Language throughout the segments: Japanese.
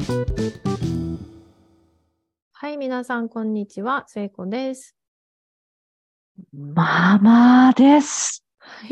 はい、皆さん、こんにちは。聖子です。 ママです。 はい。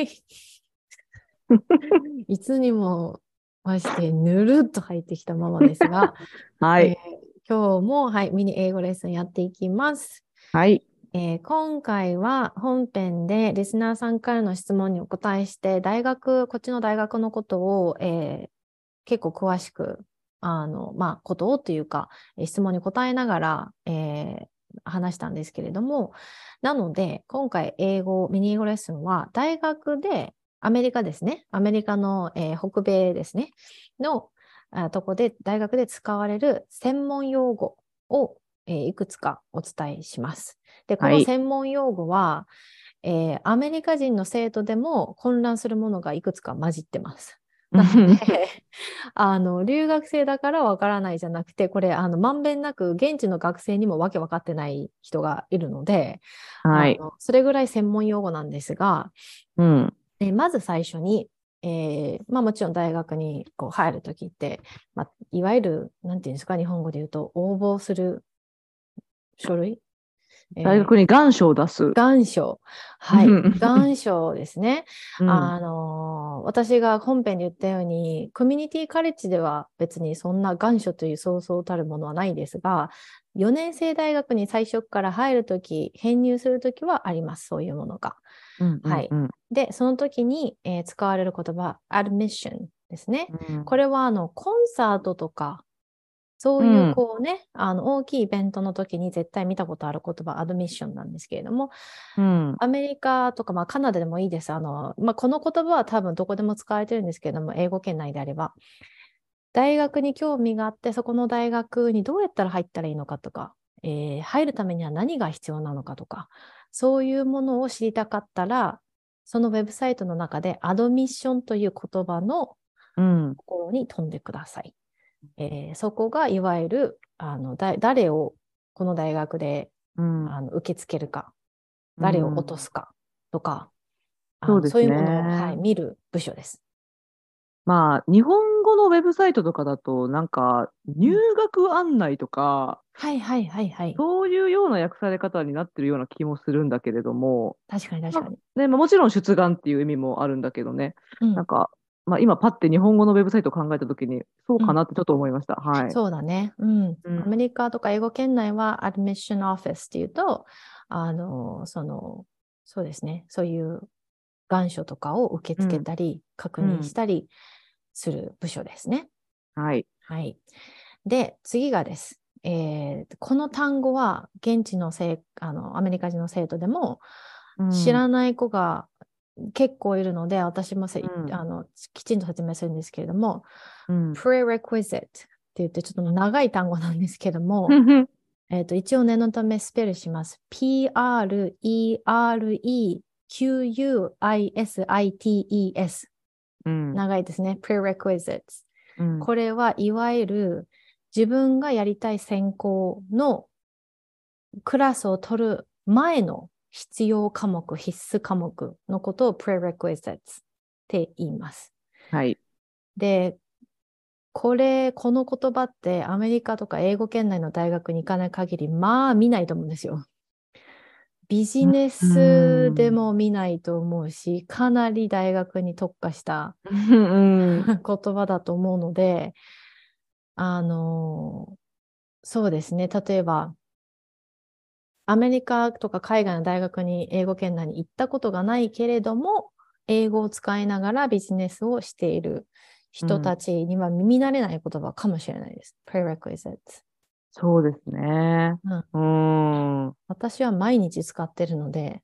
いつにもまして、ぬるっと入ってきたままですが、 はい。 今日も、はい、ミニ英語レッスンやっていきます。 はい。 今回は本編でリスナーさんからの質問にお答えして、こっちの大学のことを、結構詳しく、ことをというか、質問に答えながら、話したんですけれども、なので、今回ミニ英語レッスンは、大学で、アメリカですね、アメリカの、北米ですね、のとこで、大学で使われる専門用語を、いくつかお伝えします。で、このはい。 専門用語は、アメリカ人の生徒でも混乱するものがいくつか混じってます。なので留学生だからわからないじゃなくて、これ、まんべんなく現地の学生にもわけわかってない人がいるので、 はい。 それぐらい専門用語なんですが、 うん。 まず最初に、もちろん大学にこう入るときって、いわゆる、なんていうんですか、日本語で言うと、応募する書類、 大えー学に願書を出す。 願書。 うはい。 ん。 願書ですね。 うん。 私が本編で言ったように、コミュニティカレッジでは別にそんな願書というそうそうたるものはないですが、4年生大学に最初から入るとき、編入するときはあります。そういうものが。 うん。うん。 はい。で、その時に、使われる言葉、admission ですね。 うん。 これはコンサートとか、そういううん。 こうね、大きいイベントの時に絶対見たことある言葉、アドミッションなんですけれども、 うん。 アメリカとか、カナダでもいいです。この言葉は多分どこでも使われてるんですけれども、英語圏内であれば、大学に興味があって、そこの大学にどうやったら入ったらいいのかとか、入るためには何が必要なのかとか、そういうものを知りたかったら、そのウェブサイトの中でアドミッションという言葉のうん。 ところに飛んでください。そこがいわゆる誰をこの大学でうん。 受け付けるか、 う誰を落とん。 すかとか、そうそうですいうものを、はね。 い、見る部署です。 まあ、日本語のウェブサイトとかだと、なんか、入うん、 学案内とか、 はいはいはいはい。 そういうような訳され方になってるような気もするんだけれども、 確かに確まあかに。 ね、もちろん出願っていう意味もあるんだけどね、 うん、 なんか、今パッて日本語のウェブサイトを考えたときに、そううん。 かなってちょっと思いました。はい。 そうだね。うん。 うん。 アメリカとか英語圏内は Admission Office っていうと、そうですね。そういう願書とかを受けうん。 付けたり、確うん。 認したりする部署ですね。 はい。 はい。で、次がです。この単語は現地のアメリカ人の生徒でもうん。 知らない子が結構いるので、私もうん。 きちんと説明するんですけれども、 うん。 prerequisite って言ってちょっと長い単語なんですけども、一応念のためスペルします。prerequisites。 うん。 長いですね。prerequisites。 うん。 これはいわゆる自分がやりたい専攻のクラスを取る前の必要科目、必須科目のことを prerequisites って言います。 はい。 で、この言葉ってアメリカとか英語圏内の大学に行かない限り、見ないと思うんですよ。ビジネうスでん。 も見ないと思うし、かなり大学に特化したうん。 言葉だと思うので、あの、そうですね。例えば、アメリカとか海外の大学に英語圏内に行ったことがないけれども、英語を使いながらビジネスをしている人たうん。 ちには耳慣れない言葉かもしれないです。prerequisites。 そうですね。 うん、 うん。 私は毎日使ってるので、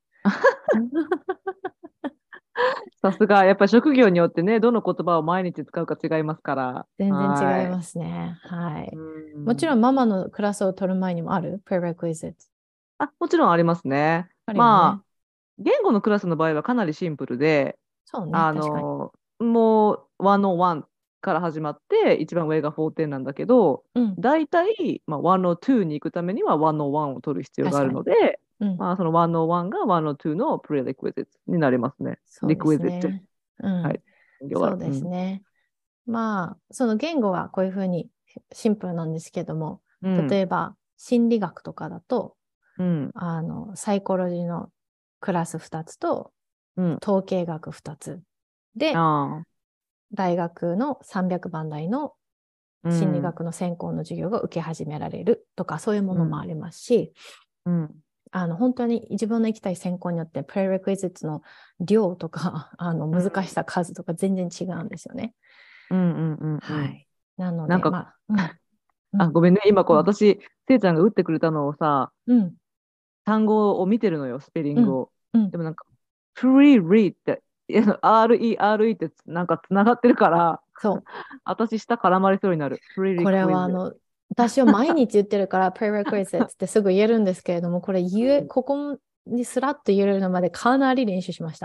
さすが、やっぱり職業によってね、どの言葉を毎日使うか違いますから。 全然違いはい。 ますね。はうい。もちろん。 んママのクラスを取る前にもある prerequisites。 もちろんありますね。 あるよね。 まあ、言語のクラスの場合はかなりシンプルで、 そうね。確かに。 もう101から始まって、一番上が4点なんだけど、 うん。 大体、102に行くためには101を取る必要がある確かに。 ので、 うん。 その101が102の prerequisites になりますね。 そうです requisite。 ね。うん。 はい。要は、 そうでうん。 すね。その言語はこういうふうにシンプルなんですけども、 うん例えば心理学とかだと、 うんサイコロジーのクラス2つとうん統計学2つで、 あ大学の300番台のあ、 心理学の専攻の授業が受け始められるとか、そういうものもありますし、 うん本当に自分の行きたい専攻によって、プレレクイズツの量とか、難しさ数とか全然違うんですよね。 うんうんうん。 はい。なので、 なんか、 まあ、うん、 ごめんね、今うん、 私、せいちゃんが打ってくれたのをさ、 うん、 単語を見てるのよ、スペリンうん、 グを。 うん。 でもなんか、pre-read って、RERE ってなんかつながってるから、 そう。 私下絡まりそうになる。 これは prerequisite。 私は毎日言ってるから、prerequisites ってすぐ言えるんですけれども、これここにスラッと言えるのまでかなり練習しました。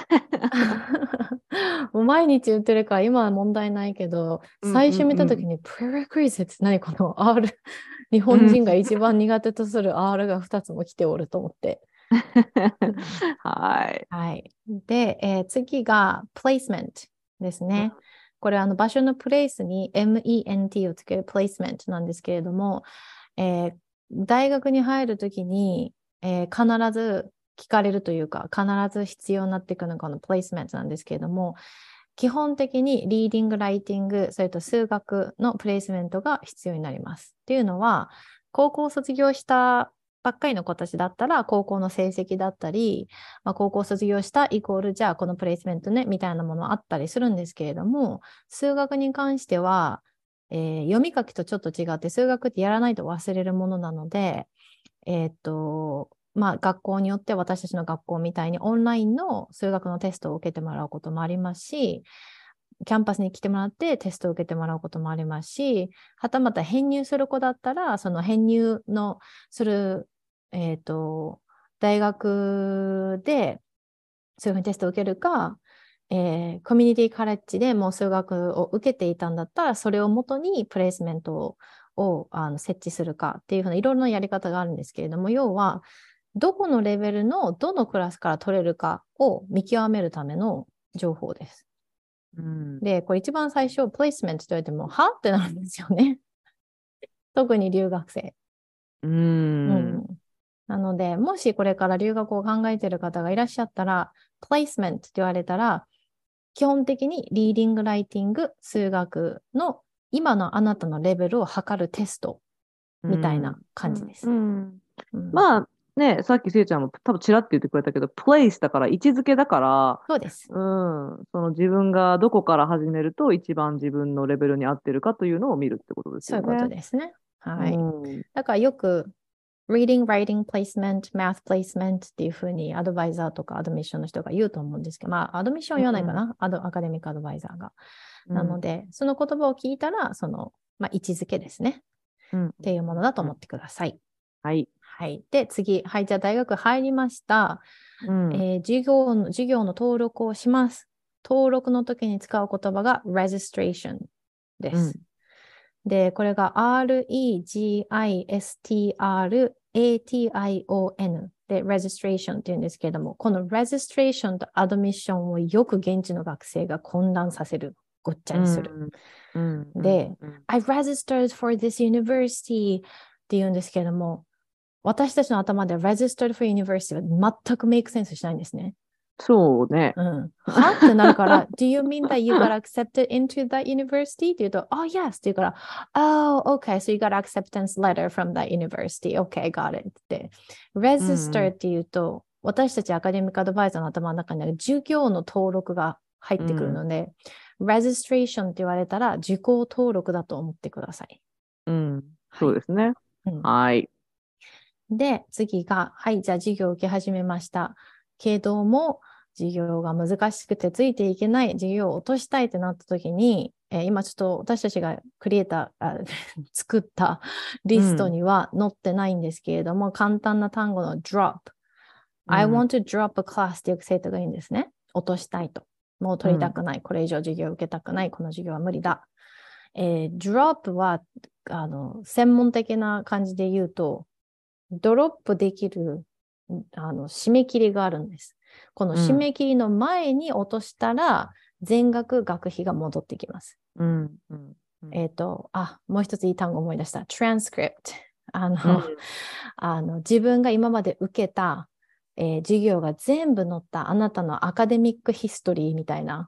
もう毎日言ってるから今は問題ないけど、 うん最初見たときうんに prerequisites 何この R、日うん。 本人が一番苦手とする R が2つも来ておると思って。 はい。 はい。で、次が placement ですね。これ場所のプレイスに MENT をつける placement なんですけれども、大学に入るときに、必ず聞かれるというか、必ず必要になってくるのがこの placement なんですけれども、基本的にリーディング、ライティング、それと数学のプレイスメントが必要になります。っていうのは、高校を卒業したばっかりの子たちだったら、高校の成績だったり、高校を卒業したイコール、じゃあこのプレイスメントね、みたいなものあったりするんですけれども、数学に関しては、読み書きとちょっと違って、数学ってやらないと忘れるものなので、学校によって私たちの学校みたいにオンラインの数学のテストを受けてもらうこともありますし、キャンパスに来てもらってテストを受けてもらうこともありますし、はたまた編入する子だったら、その編入のする、大学でそういうふうにテストを受けるか、コミュニティカレッジでもう数学を受けていたんだったら、それをもとにプレイスメントを設置するかっていうふうないろいろなやり方があるんですけれども、要は、どこのレベルのどのクラスから取れるかを見極めるための情報です。 うん。 で、これ一番最初、プレイスメントと言われても、はってなるんですよね。特に留学生。 ううん。 ん。なので、もしこれから留学を考えている方がいらっしゃったら、プレイスメントって言われたら、基本的にリーディング、ライティング、数学の今のあなたのレベルを測るテストみたいな感じです。うん、 まあね、さっきせいちゃんも多分ちらって言ってくれたけど、プレイスだから位置づけだから、 そうです。 その自分がどこから始めると一番自分のレベルに合ってるかというのを見るってことですそういうことよね。 ですね。 うはい。 ん。 だからよく Reading, Writing Placement, Math Placement っていうふうにアドバイザーとかアドミッションの人が言うと思うんですけど、アドミッションは言わないかな、アカデミックアドバイザーが。 うん。 なので、その言葉を聞いたら、位置づけですね。 うん。 っていうものだと思ってください。 はい。 はい。で、次。はい。じゃあ、大学入りました。 うん。 授業の登録をします。登録の時に使う言葉が registration でうん。 す。で、これが registration で registration っていうんですけれども、この registration と admission をよく現地の学生が混乱させる。ごっちゃうにする。 ん。うん。うん。 で、I've registered for this university って言うんですけれども、私たちの頭で registered for university は全くメイクセンスしないんですね。 そうね。 うん。はってなるから、Do you mean that you got accepted into that university? って言うと、Oh, yes. って言うから、Oh, okay. So you got acceptance letter from that university. Okay, got it. って。register って言うと、私たちアカデミックアドバイザーの頭の中には授業の登録が入ってくるので、registration って言われたら受講登録だと思ってください。 うん。 はい。 そうですね。 うん、 はい。 で、次が、はい、じゃあ授業を受け始めました。けども、授業が難しくてついていけない、授業を落としたいってなった時に、今ちょっと私たちが作ったリストには載ってないんですけれども、簡単な単語の drop。I want to drop a class ってよく生徒が言うんですね。落としたいと。もう取りたくない。これ以上授業を受けたくない。この授業は無理だ。drop は、専門的な感じで言うと、ドロップできる締め切りがあるんです。この締め切りの前に落としたら、全額学費が戻ってきます。 もう一ついい単語思い出した。transcript。 うん自分が今まで受けた、授業が全部載ったあなたのアカデミックヒストリーみたいな、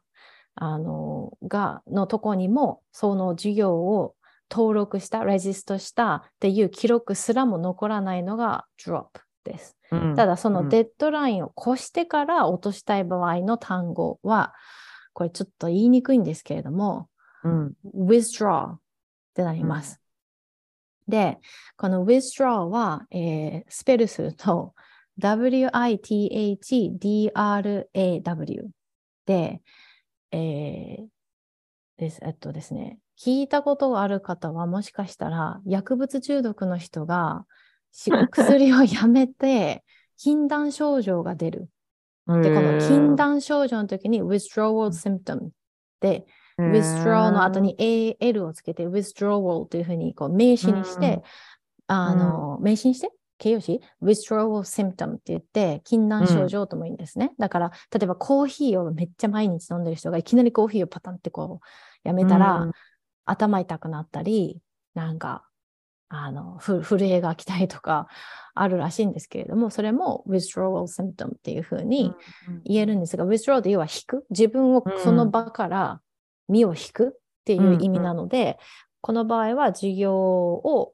のとこにも、その授業を登録した、レジストしたっていう記録すらも残らないのが drop です。 うんただ、そのデッドラインを越してから落としたい場合の単語は、これちょっと言いにくいんですけれども、withdraw ってなります。で、この withdraw は、スペルすると withdraw で、ですね、聞いたことがある方はもしかしたら薬物中毒の人が薬をやめて禁断症状が出る。で、この禁断症状の時に withdrawal symptom で、withdraw の後に AL をつけて withdrawal というふうにこう名詞にして、名詞にして形容詞 withdrawal symptom って言って禁断症状ともいいんですね。だから例えばコーヒーをめっちゃ毎日飲んでる人がいきなりコーヒーをパタンってこうやめたら、頭痛くなったりなんか震えが来たりとかあるらしいんですけれども、それも withdrawal symptom っていうふうに言えるんですが、withdraw って要は引く、自分をその場から身を引くっていう意味なので、この場合は授業を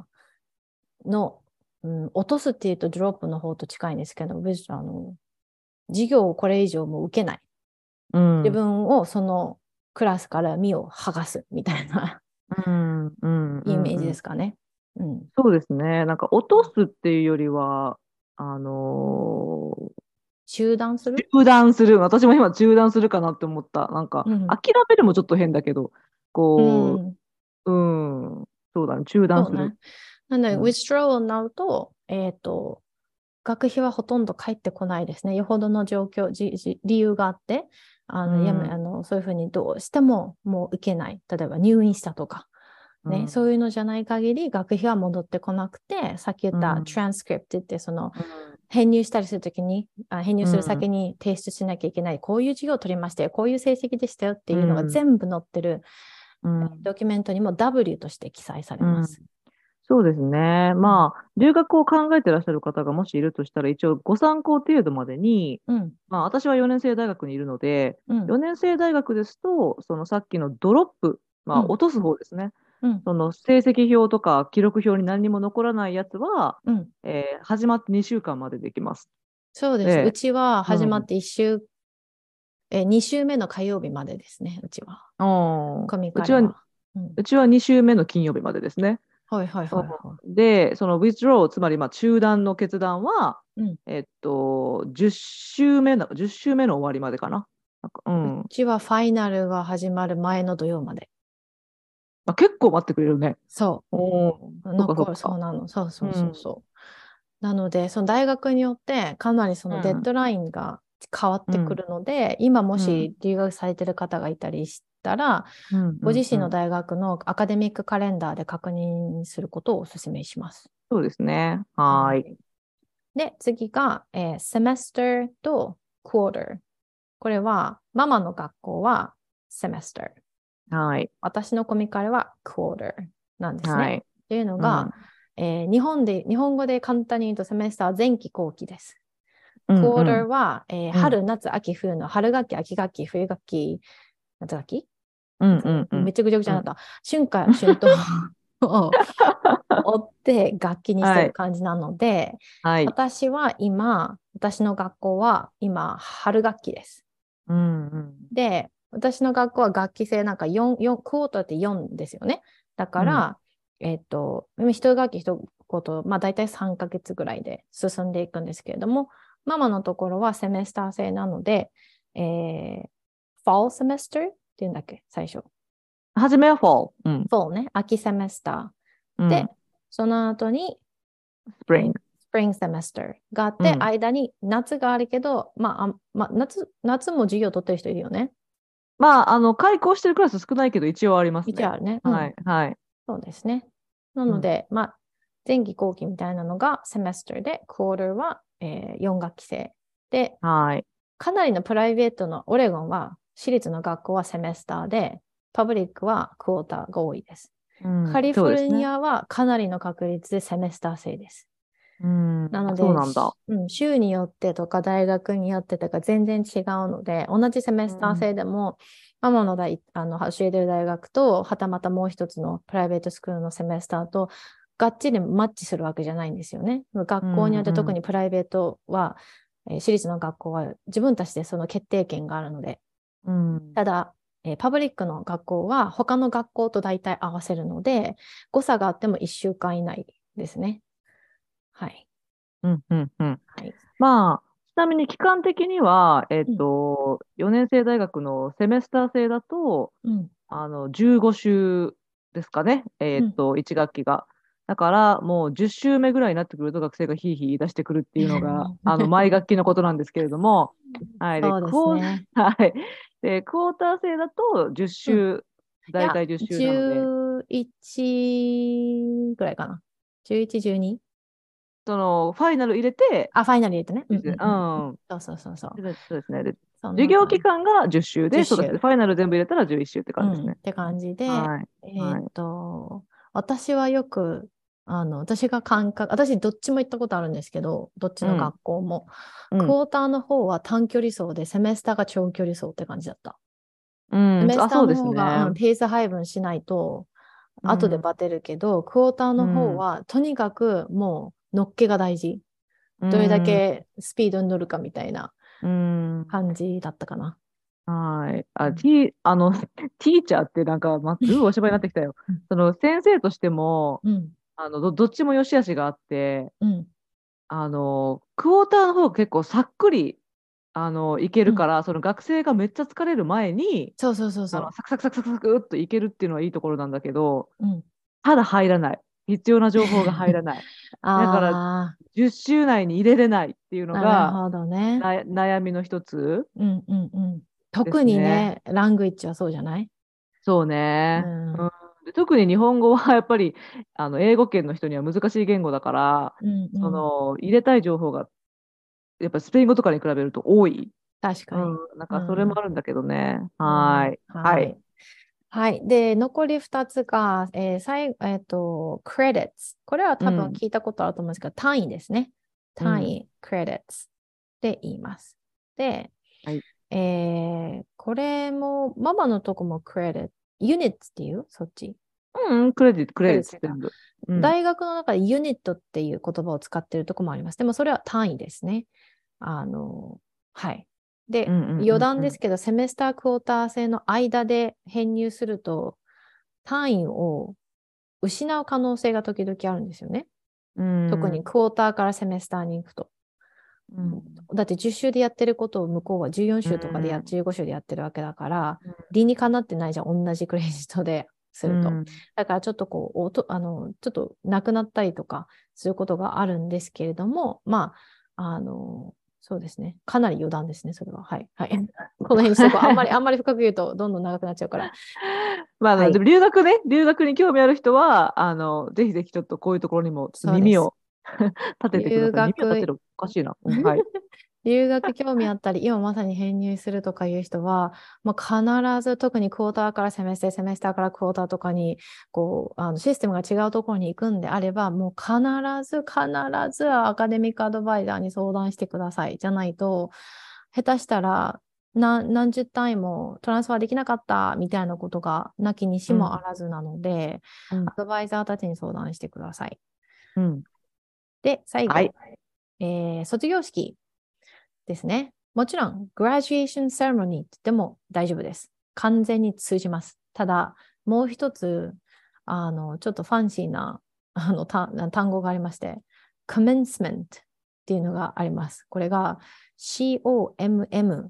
落とすっていうとドロップの方と近いんですけど、授業をこれ以上もう受けない。自分をそのクラスから身を剥がすみたいなイメージですかね。 そうですね。なんか落とすっていうよりは、 中断する。 私も今中断するかなって思った。なんか、諦めるもちょっと変だけど、こう、そうだね、中断する。 なので、withdrawal になると、学費はほとんど返ってこないですね。よほどの状況、理由があって、そういうふうにどうしてももう受けない。例えば入院したとか、ね、そういうのじゃない限り学費は戻ってこなくて、さっき言った transcript って言って、その、編入したりするときに、編入する先に提出しなきゃいけない、こういう授業を取りましたよ、こういう成績でしたよっていうのが全部載ってる、ドキュメントにも W として記載されます。 そうですね。まあ、留学を考えてらっしゃる方がもしいるとしたら、一応ご参考程度までに、まあ、私は4年生大学にいるので、4年生大学ですと、そのさっきのドロップ、まあ、落とす方ですね。その成績表とか記録表に何にも残らないやつは、始まって2週間までできます。 そうです。うちは始まって2週目の火曜日までですね、うちは。 うちは2週目の金曜日までですね。で、その withdraw、つまり中断の決断は、10週目の終わりまでかな。 うちはファイナルが始まる前の土曜まで。 結構待ってくれるね。 そう。そうなの。そう。なので、その大学によってかなりそのデッドラインが変わってくるので、今もし留学されてる方がいたりしたら、ご自身の大学のアカデミックカレンダーで確認することをお勧めします。 そうですね。はい。 で、次が、semester と quarter。これは、ママの学校は semester。 はい。 私のコミカルは quarter なんですね。 はい。 っていうのが、日本語で簡単に言うとセメスターは前期後期です。quarter は、春、夏、秋、冬の春学期、秋学期、冬学期、夏学期、めっちゃぐちゃぐちゃになった。春夏秋冬を追って楽器にしてる感じなので、私の学校は今、春学期です。で、私の学校は楽器制なんかクォーターって4ですよね。だから、一学期一こと、まあ大体3ヶ月ぐらいで進んでいくんですけれども、ママのところはセメスター制なので、fall semester っていうんだっけ、最初。 初めは fall。 fall ね、秋セメスター。で、その後に、 spring semester があって、間に夏があるけど、夏も授業取ってる人いるよね。 開校してるクラス少ないけど、一応ありますね。 一応あるね。 はい。 そうですね。なので、前期後期みたいなのがセメスターで、クォーターは、4学期制で、かなりのプライベートのオレゴンは、私立の学校はセメスターで、 パブリックはクォーターが多いです。カリフォルニアはかなりの確率でセメスター制です。なので、 そうなんだ。 州によってとか大学によってとか全然違うので、同じセメスター制でも、ママの教えてる大学と、はたまたもう一つのプライベートスクールのセメスターと、がっちりマッチするわけじゃないんですよね。学校によって特にプライベートは、私立の学校は自分たちでその決定権があるので、ただ、パブリックの学校は他の学校と大体合わせるので、誤差があっても1週間以内ですね。はい。 はい、まあ、ちなみに期間的には、4年生大学のセメスター制だと、15週ですかね、1学期が。だから、もう10週目ぐらいになってくると学生がヒーヒー言い出してくるっていうのが、毎学期のことなんですけれども、はい。 そうですね。 はい。で、クォーター制だと10週、大体10週なので。 11ぐらいかな。11、12? ファイナル入れて、 ファイナル入れてね。 そうそうですね。授業期間が10週で、そうですね。ファイナル全部入れたら11週って感じですね。 って感じで、私はよく、私どっちも行ったことあるんですけど、どっちの学校も。クォーターの方は短距離走で、セメスターが長距離走って感じだった。セメスターの方が、ペース配分しないと、後でバテるけど、クォーターの方は、とにかくもう、のっけが大事。どれだけスピードに乗るかみたいな感じだったかな。 はい。ティーチャーってなんか、すぐお芝居になってきたよ。その先生としても、どっちも良し悪しがあって、クォーターの方が結構さっくり、いけるから、その学生がめっちゃ疲れる前に、 サクサクサクサクサクっといけるっていうのはいいところなんだけど、ただ入らない。必要な情報が入らない。だから、10週内に入れれないっていうのが、悩みの一つ。 特にね、ラングイッチはそうじゃない？ そうね。特に日本語はやっぱり英語圏の人には難しい言語だから、入れたい情報がやっぱスペイン語とかに比べると多い。 確かに。 なんかそれもあるんだけどね。 はい。はい。で、残り2つが、credits。これは多分聞いたことあると思うんですけど、単位ですね。単位、credits で言います。で、これも、ママのとこも credit。ユニットっていうそっち。 クレジット全部。 大学の中でユニットっていう言葉を使っているとこもあります。でもそれは単位ですね。はい。で、余談ですけど、セメスタークォーター制の間で編入すると、単位を失う可能性が時々あるんですよね。特にクォーターからセメスターに行くと。だって10週でやってることを向こうは14週とかで15週でやってるわけだから、理にかなってないじゃん、同じクレジットですると。だからちょっとちょっとなくなったりとかすることがあるんですけれども、そうですね。かなり余談ですね、それは。はい。この辺にしとこう。あんまり深く言うとどんどん長くなっちゃうから。 でも留学に興味ある人は、ぜひぜひちょっとこういうところにも耳を立ててください。耳を立てるおかしいな。 留学興味あったり、今まさに編入するとかいう人は、必ず特にクォーターからセメスターからクォーターとかに、システムが違うところに行くんであれば、もう必ずアカデミックアドバイザーに相談してください。じゃないと、下手したら何十単位もトランスファーできなかったみたいなことがなきにしもあらずなので、アドバイザーたちに相談してください。で、最後、卒業式ですね。もちろん、グラジュエーションセレモニーでも大丈夫です。完全に通じます。ただ、もう一つ、ちょっとファンシーな単語がありまして、commencement っていうのがあります。これが COMMENCEMENT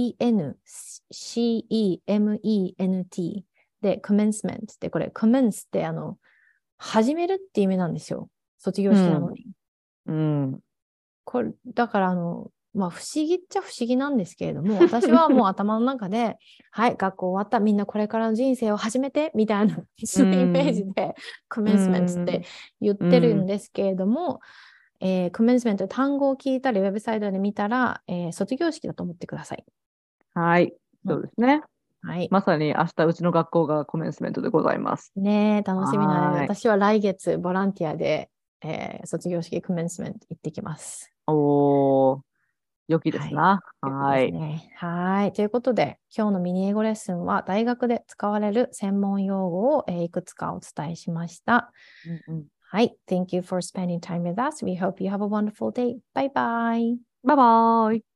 で commencement ってこれ commence って始めるって意味なんですよ。卒業式なのに。これだから不思議っちゃ不思議なんですけれども、私はもう頭の中で、はい、学校終わった、みんなこれからの人生を始めて、みたいな、そういうイメージで、コメンスメントって言ってるんですけれども、コメンスメント単語を聞いたり、ウェブサイトで見たら、卒業式だと思ってください。 はい、そうですね。 はい。 まさに明日うちの学校がコメンスメントでございます。 ねえ、楽しみなので、 はい。 私は来月ボランティアで、卒業式コメンスメント行ってきます。 おー、良きではい。 すな。 良きではい。 すね。はい。ということで、今日のミニ英語レッスンは大学で使われる専門用語を、いくつかお伝えしました。 うんうん、 はい。Thank you for spending time with us. We hope you have a wonderful day. Bye bye. バイバーイ。